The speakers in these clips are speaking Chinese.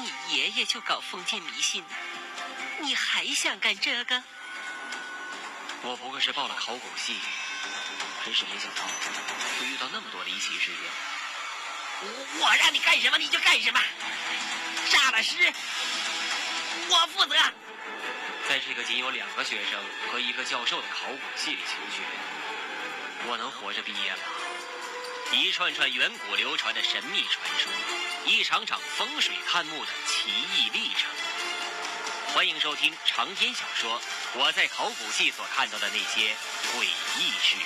你爷爷就搞封建迷信呢，你还想干这个？ 我不过是报了考古系，真是没想到会遇到那么多离奇事件。 我让你干什么你就干什么，杀了尸我负责。 在这个仅有2个学生和1个教授的考古系里求学，我能活着毕业吗？一串串远古流传的神秘传说，一场场风水探墓的奇异历程。欢迎收听长篇小说《我在考古系所看到的那些诡异事》。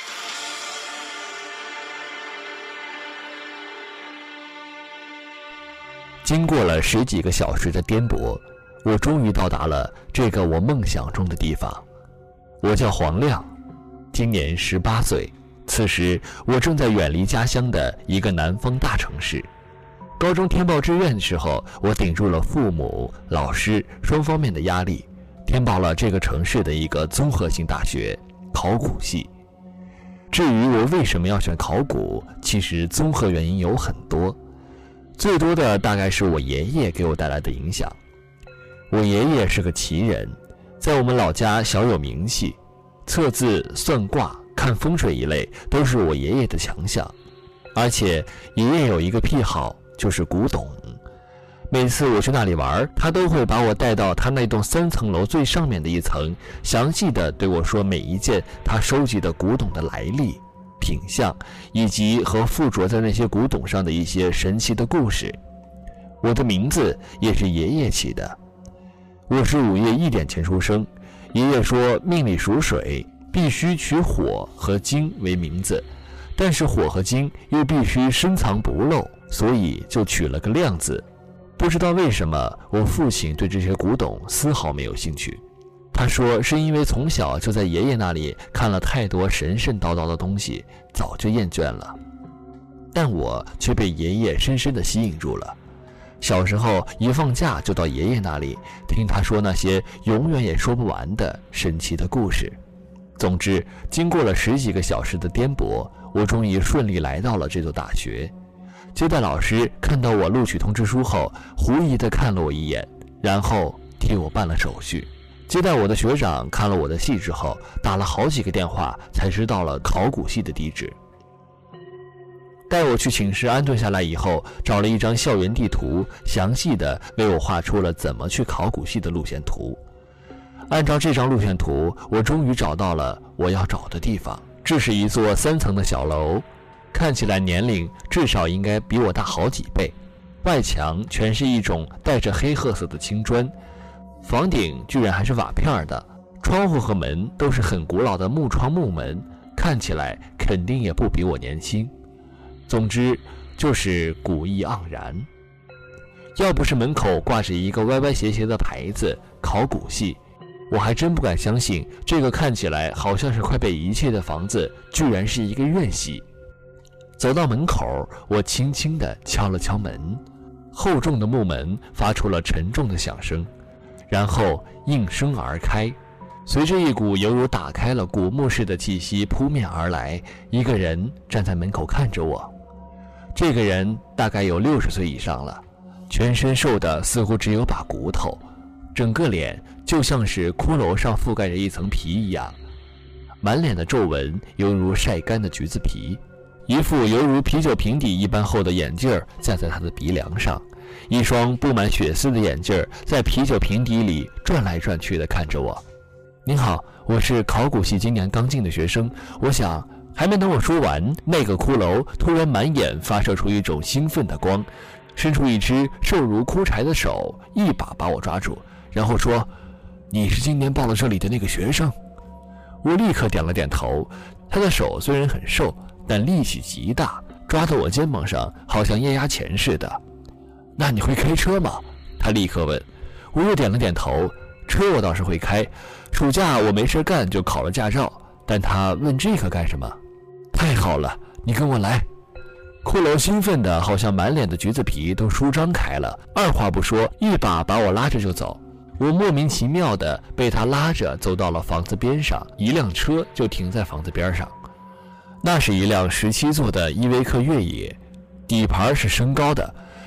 经过了10几个小时的颠簸，我终于到达了这个我梦想中的地方。我叫黄亮，今年18岁。此时我正在远离家乡的一个南方大城市。高中填报志愿的时候，我顶住了父母、老师双方面的压力，填报了这个城市的一个综合性大学——考古系。至于我为什么要选考古，其实综合原因有很多，最多的大概是我爷爷给我带来的影响。我爷爷是个奇人，在我们老家小有名气，测字、算卦、看风水一类都是我爷爷的强项。而且爷爷有一个癖好，就是古董。每次我去那里玩，他都会把我带到他那栋3层楼最上面的一层，详细的对我说每一件他收集的古董的来历、品相，以及和附着在那些古董上的一些神奇的故事。我的名字也是爷爷起的。我是午夜1点前出生，爷爷说命里属水，必须取火和金为名字，但是火和金又必须深藏不露，所以就取了个亮字。不知道为什么，我父亲对这些古董丝毫没有兴趣。他说是因为从小就在爷爷那里看了太多神神叨叨的东西，早就厌倦了。但我却被爷爷深深地吸引住了。小时候一放假就到爷爷那里，听他说那些永远也说不完的神奇的故事。总之，经过了10几个小时的颠簸，我终于顺利来到了这座大学。接待老师看到我录取通知书后，狐疑地看了我一眼，然后替我办了手续。接待我的学长看了我的戏之后，打了好几个电话才知道了考古系的地址。带我去寝室安顿下来以后，找了一张校园地图，详细的为我画出了怎么去考古系的路线图。按照这张路线图，我终于找到了我要找的地方。这是一座3层的小楼，看起来年龄至少应该比我大好几倍。外墙全是一种带着黑褐色的青砖，房顶居然还是瓦片的，窗户和门都是很古老的木窗木门，看起来肯定也不比我年轻。总之就是古意盎然。要不是门口挂着一个歪歪斜斜的牌子考古系，我还真不敢相信这个看起来好像是快被遗弃的房子居然是一个院系。走到门口，我轻轻地敲了敲门，厚重的木门发出了沉重的响声，然后应声而开。随着一股犹如打开了古墓似的气息扑面而来，一个人站在门口看着我。这个人大概有60岁以上了，全身瘦的似乎只有把骨头，整个脸就像是骷髅上覆盖着一层皮一样，满脸的皱纹犹如晒干的橘子皮，一副犹如啤酒瓶底一般厚的眼镜架在他的鼻梁上，一双布满血丝的眼镜在啤酒瓶底里转来转去地看着我。您好，我是考古系今年刚进的学生，我想……还没等我说完，那个骷髅突然满眼发射出一种兴奋的光，伸出一只瘦如枯柴的手，一把把我抓住，然后说：“你是今年报了这里的那个学生？”我立刻点了点头。他的手虽然很瘦，但力气极大，抓到我肩膀上，好像液压钳似的。“那你会开车吗？”他立刻问。我又点了点头，车我倒是会开，暑假我没事干就考了驾照。但他问这个干什么？太好了，你跟我来。骷髅兴奋的好像满脸的橘子皮都舒张开了，二话不说，一把把我拉着就走。我莫名其妙的被他拉着走到了房子边上，一辆车就停在房子边上。那是一辆17座的依维柯越野，底盘是升高的，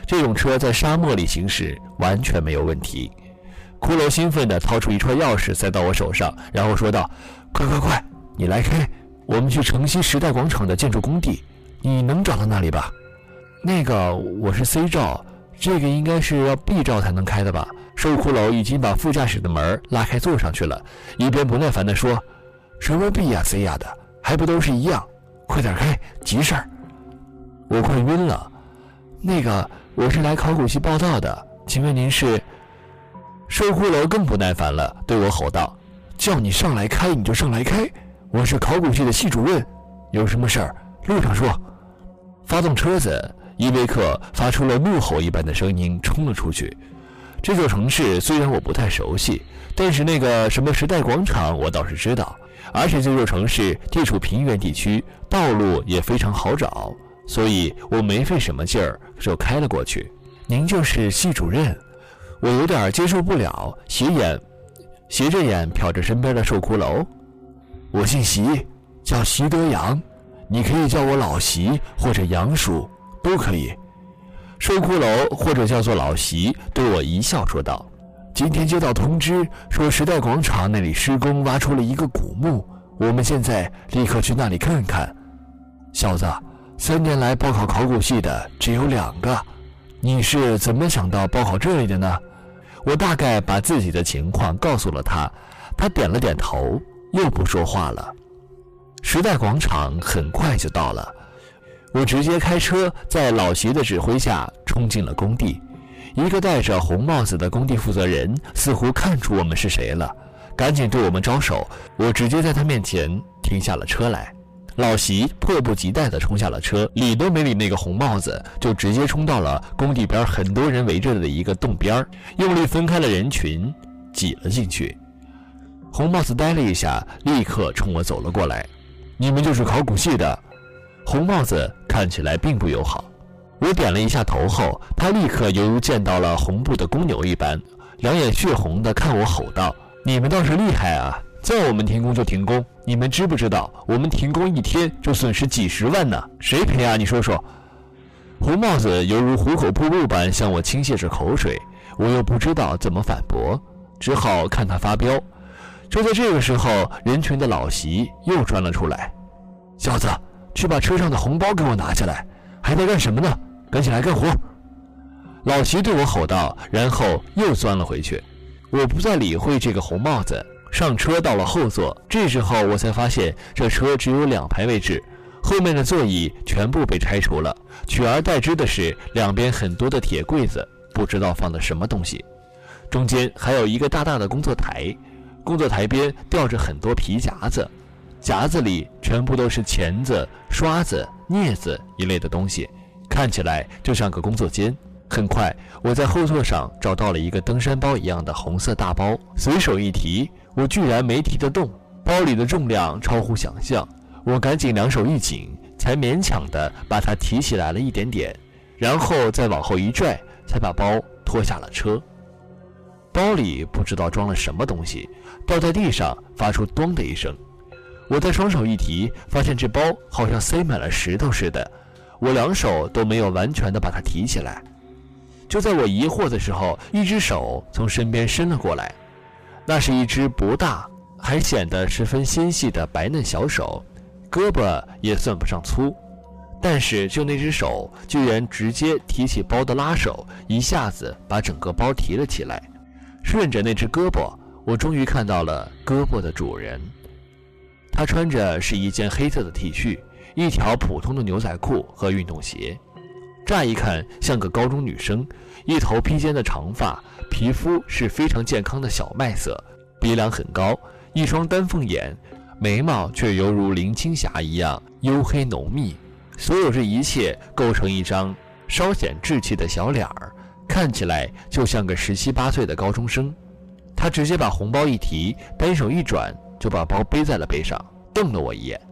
这种车在沙漠里行驶完全没有问题。骷髅兴奋地掏出一串钥匙塞到我手上，然后说道：快快快，你来开，我们去城西时代广场的建筑工地，你能找到那里吧？那个我是 C 罩，这个应该是要 B 罩才能开的吧？瘦骷髅已经把副驾驶的门拉开坐上去了，一边不耐烦地说：什么 B 呀 C 呀的，还不都是一样，快点开，急事儿。我快晕了。那个我是来考古系报道的，请问您是？瘦骷髅更不耐烦了，对我吼道：叫你上来开你就上来开，我是考古系的系主任，有什么事儿路上说。发动车子，伊维克发出了怒吼一般的声音冲了出去。这座城市虽然我不太熟悉，但是那个什么时代广场我倒是知道，而且这座城市地处平原地区，道路也非常好找，所以我没费什么劲儿就开了过去。您就是系主任？我有点接受不了，斜着眼瞟着身边的瘦骷髅。我姓席，叫席德阳，你可以叫我老席或者杨叔都可以。瘦骷髅或者叫做老席对我一笑说道：今天接到通知说时代广场那里施工挖出了一个古墓，我们现在立刻去那里看看。小子，3年来报考考古系的只有2个，你是怎么想到报考这里的呢？我大概把自己的情况告诉了他，他点了点头，又不说话了。时代广场很快就到了，我直接开车在老席的指挥下冲进了工地。一个戴着红帽子的工地负责人似乎看出我们是谁了，赶紧对我们招手，我直接在他面前停下了车来。老席迫不及待地冲下了车，理都没理那个红帽子，就直接冲到了工地边很多人围着的一个洞边，用力分开了人群，挤了进去。红帽子呆了一下，立刻冲我走了过来。你们就是考古系的？红帽子看起来并不友好。我点了一下头后，他立刻犹如见到了红布的公牛一般，两眼血红地看我吼道：你们倒是厉害啊，叫我们停工就停工，你们知不知道我们停工1天就损失几10万呢？谁赔啊？你说说。红帽子犹如虎口瀑布般向我倾泻着口水，我又不知道怎么反驳，只好看他发飙。就在这个时候，人群的老席又钻了出来：小子，去把车上的红包给我拿下来，还在干什么呢？赶紧来干活！老席对我吼道，然后又钻了回去。我不再理会这个红帽子，上车到了后座。这时候我才发现这车只有2排位置，后面的座椅全部被拆除了，取而代之的是两边很多的铁柜子，不知道放的什么东西。中间还有一个大大的工作台，工作台边吊着很多皮夹子，夹子里全部都是钳子、刷子、镊子一类的东西，看起来就像个工作间。很快，我在后座上找到了一个登山包一样的红色大包，随手一提，我居然没提得动，包里的重量超乎想象。我赶紧两手一紧，才勉强地把它提起来了一点点，然后再往后一拽，才把包拖下了车。包里不知道装了什么东西，掉在地上发出咚的一声。我再双手一提，发现这包好像塞满了石头似的，我两手都没有完全地把它提起来。就在我疑惑的时候，一只手从身边伸了过来，那是一只不大还显得十分纤细的白嫩小手，胳膊也算不上粗，但是就那只手居然直接提起包的拉手，一下子把整个包提了起来。顺着那只胳膊，我终于看到了胳膊的主人。他穿着是一件黑色的 T 恤，一条普通的牛仔裤和运动鞋，乍一看像个高中女生，一头披肩的长发，皮肤是非常健康的小麦色，鼻梁很高，一双丹凤眼，眉毛却犹如林青霞一样黝黑浓密。所有这一切构成一张稍显稚气的小脸儿，看起来就像个17、18岁的高中生。他直接把红包一提，单手一转就把包背在了背上，瞪了我一眼。